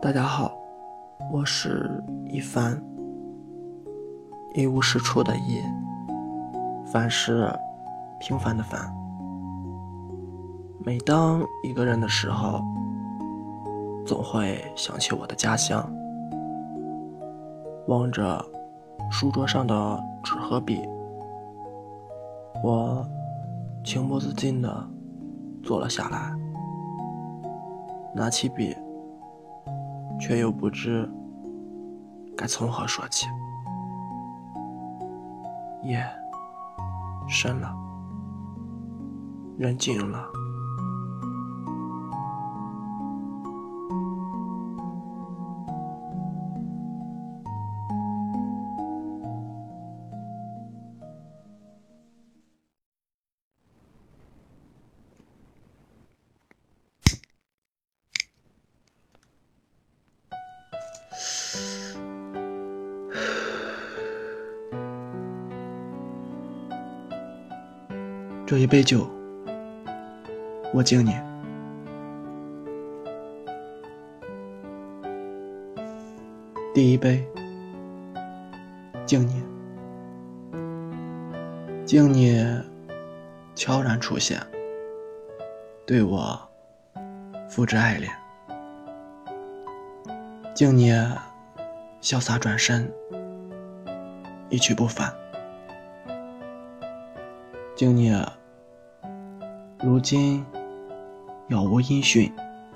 大家好，我是一帆，一无是处的一，凡是平凡的凡。每当一个人的时候，总会想起我的家乡，望着书桌上的纸和笔，我情不自禁地坐了下来，拿起笔，却又不知该从何说起。夜深了，人静了，这一杯酒，我敬你。第一杯，敬你，敬你悄然出现，对我付之爱恋，敬你潇洒转身，一去不返，敬你如今杳无音讯，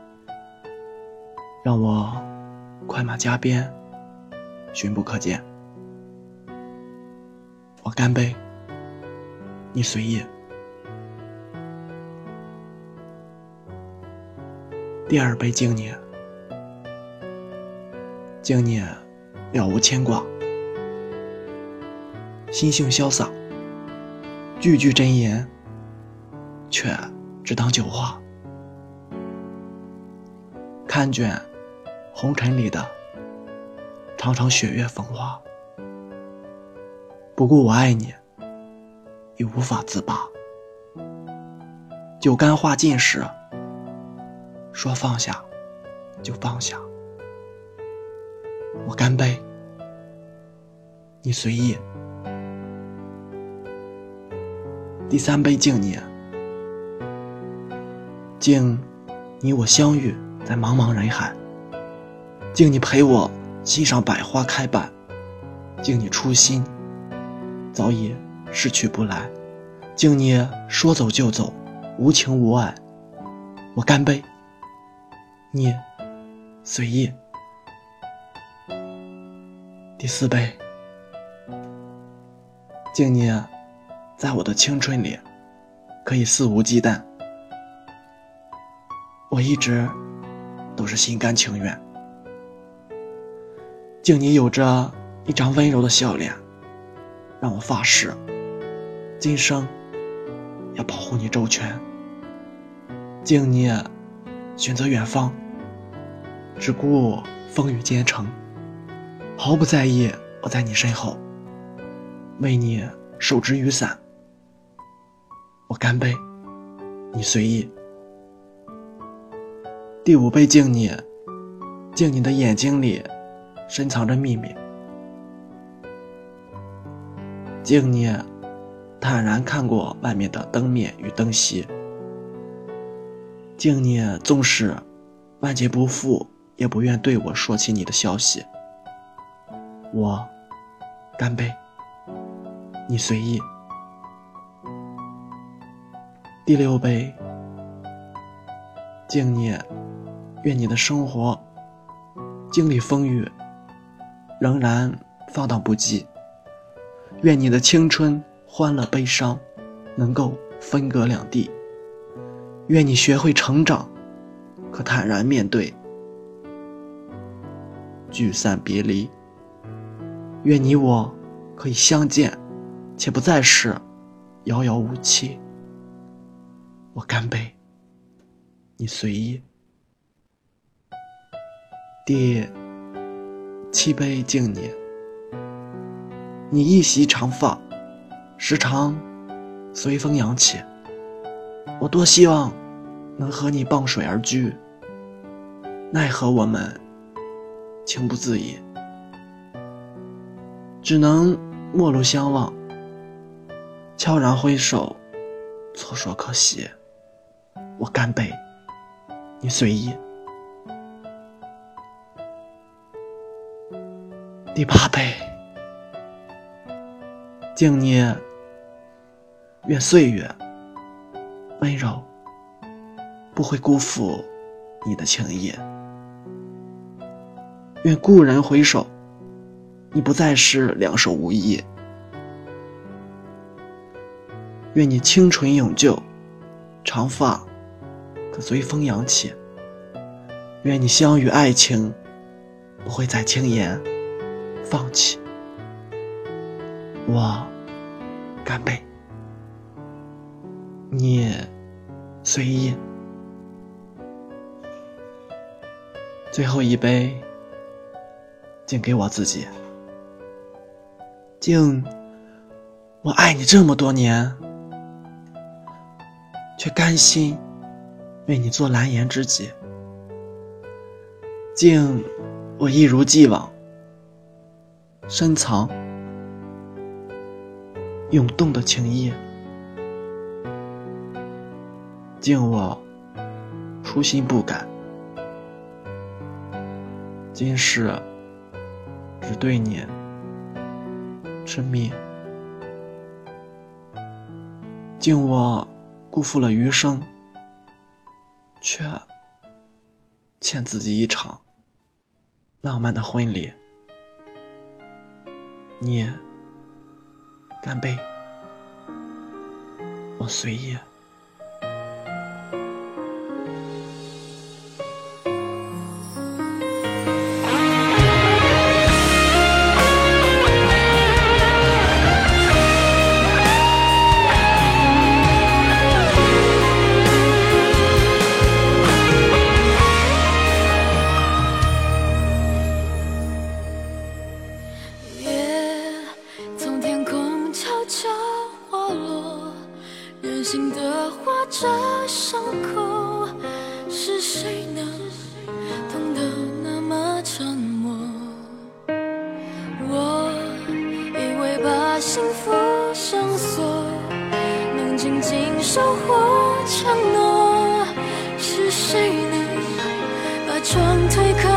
让我快马加鞭，寻不可见。我干杯，你随意。第二杯敬你，敬你了无牵挂，心性潇洒，句句真言，却只当酒话。看卷红尘里的场场雪月风花，不顾我爱你，已无法自拔。酒干话尽时，说放下就放下。我干杯，你随意。第三杯敬你，敬你我相遇在茫茫人海，敬你陪我欣赏百花开瓣，敬你初心早已逝去不来，敬你说走就走，无情无爱。我干杯，你随意。第四杯，敬你在我的青春里可以肆无忌惮，我一直都是心甘情愿。敬你有着一张温柔的笑脸，让我发誓今生要保护你周全。敬你选择远方，只顾风雨兼程，毫不在意我在你身后，为你手执雨伞。我干杯，你随意。第五杯敬你，敬你的眼睛里深藏着秘密，敬你坦然看过外面的灯灭与灯熄，敬你纵使万劫不复，也不愿对我说起你的消息。我干杯，你随意。第六杯敬你，愿你的生活经历风雨仍然放荡不羁，愿你的青春欢乐悲伤能够分隔两地，愿你学会成长，可坦然面对聚散别离，愿你我可以相见，且不再是遥遥无期。我干杯，你随意。第七杯敬你，你一袭长发时常随风扬起，我多希望能和你傍水而居，奈何我们情不自已，只能陌路相望，悄然挥手，错说可惜。我干杯，你随意。第8杯，敬你，愿岁月温柔，不会辜负你的情谊。愿故人回首，你不再是两手无依。愿你清纯永旧，长发可随风扬起。愿你相遇爱情，不会再轻言放弃。我干杯，你随意。最后一杯，敬给我自己，敬我爱你这么多年，却甘心为你做蓝颜知己。敬我一如既往深藏涌动的情谊。敬我初心不改，今世只对你痴迷。敬我辜负了余生，却欠自己一场浪漫的婚礼。你干杯，我随意。 任性的画着伤口，是谁呢？痛得那么沉默。我以为把幸福上锁，能紧紧守护承诺，是谁呢？把窗推开。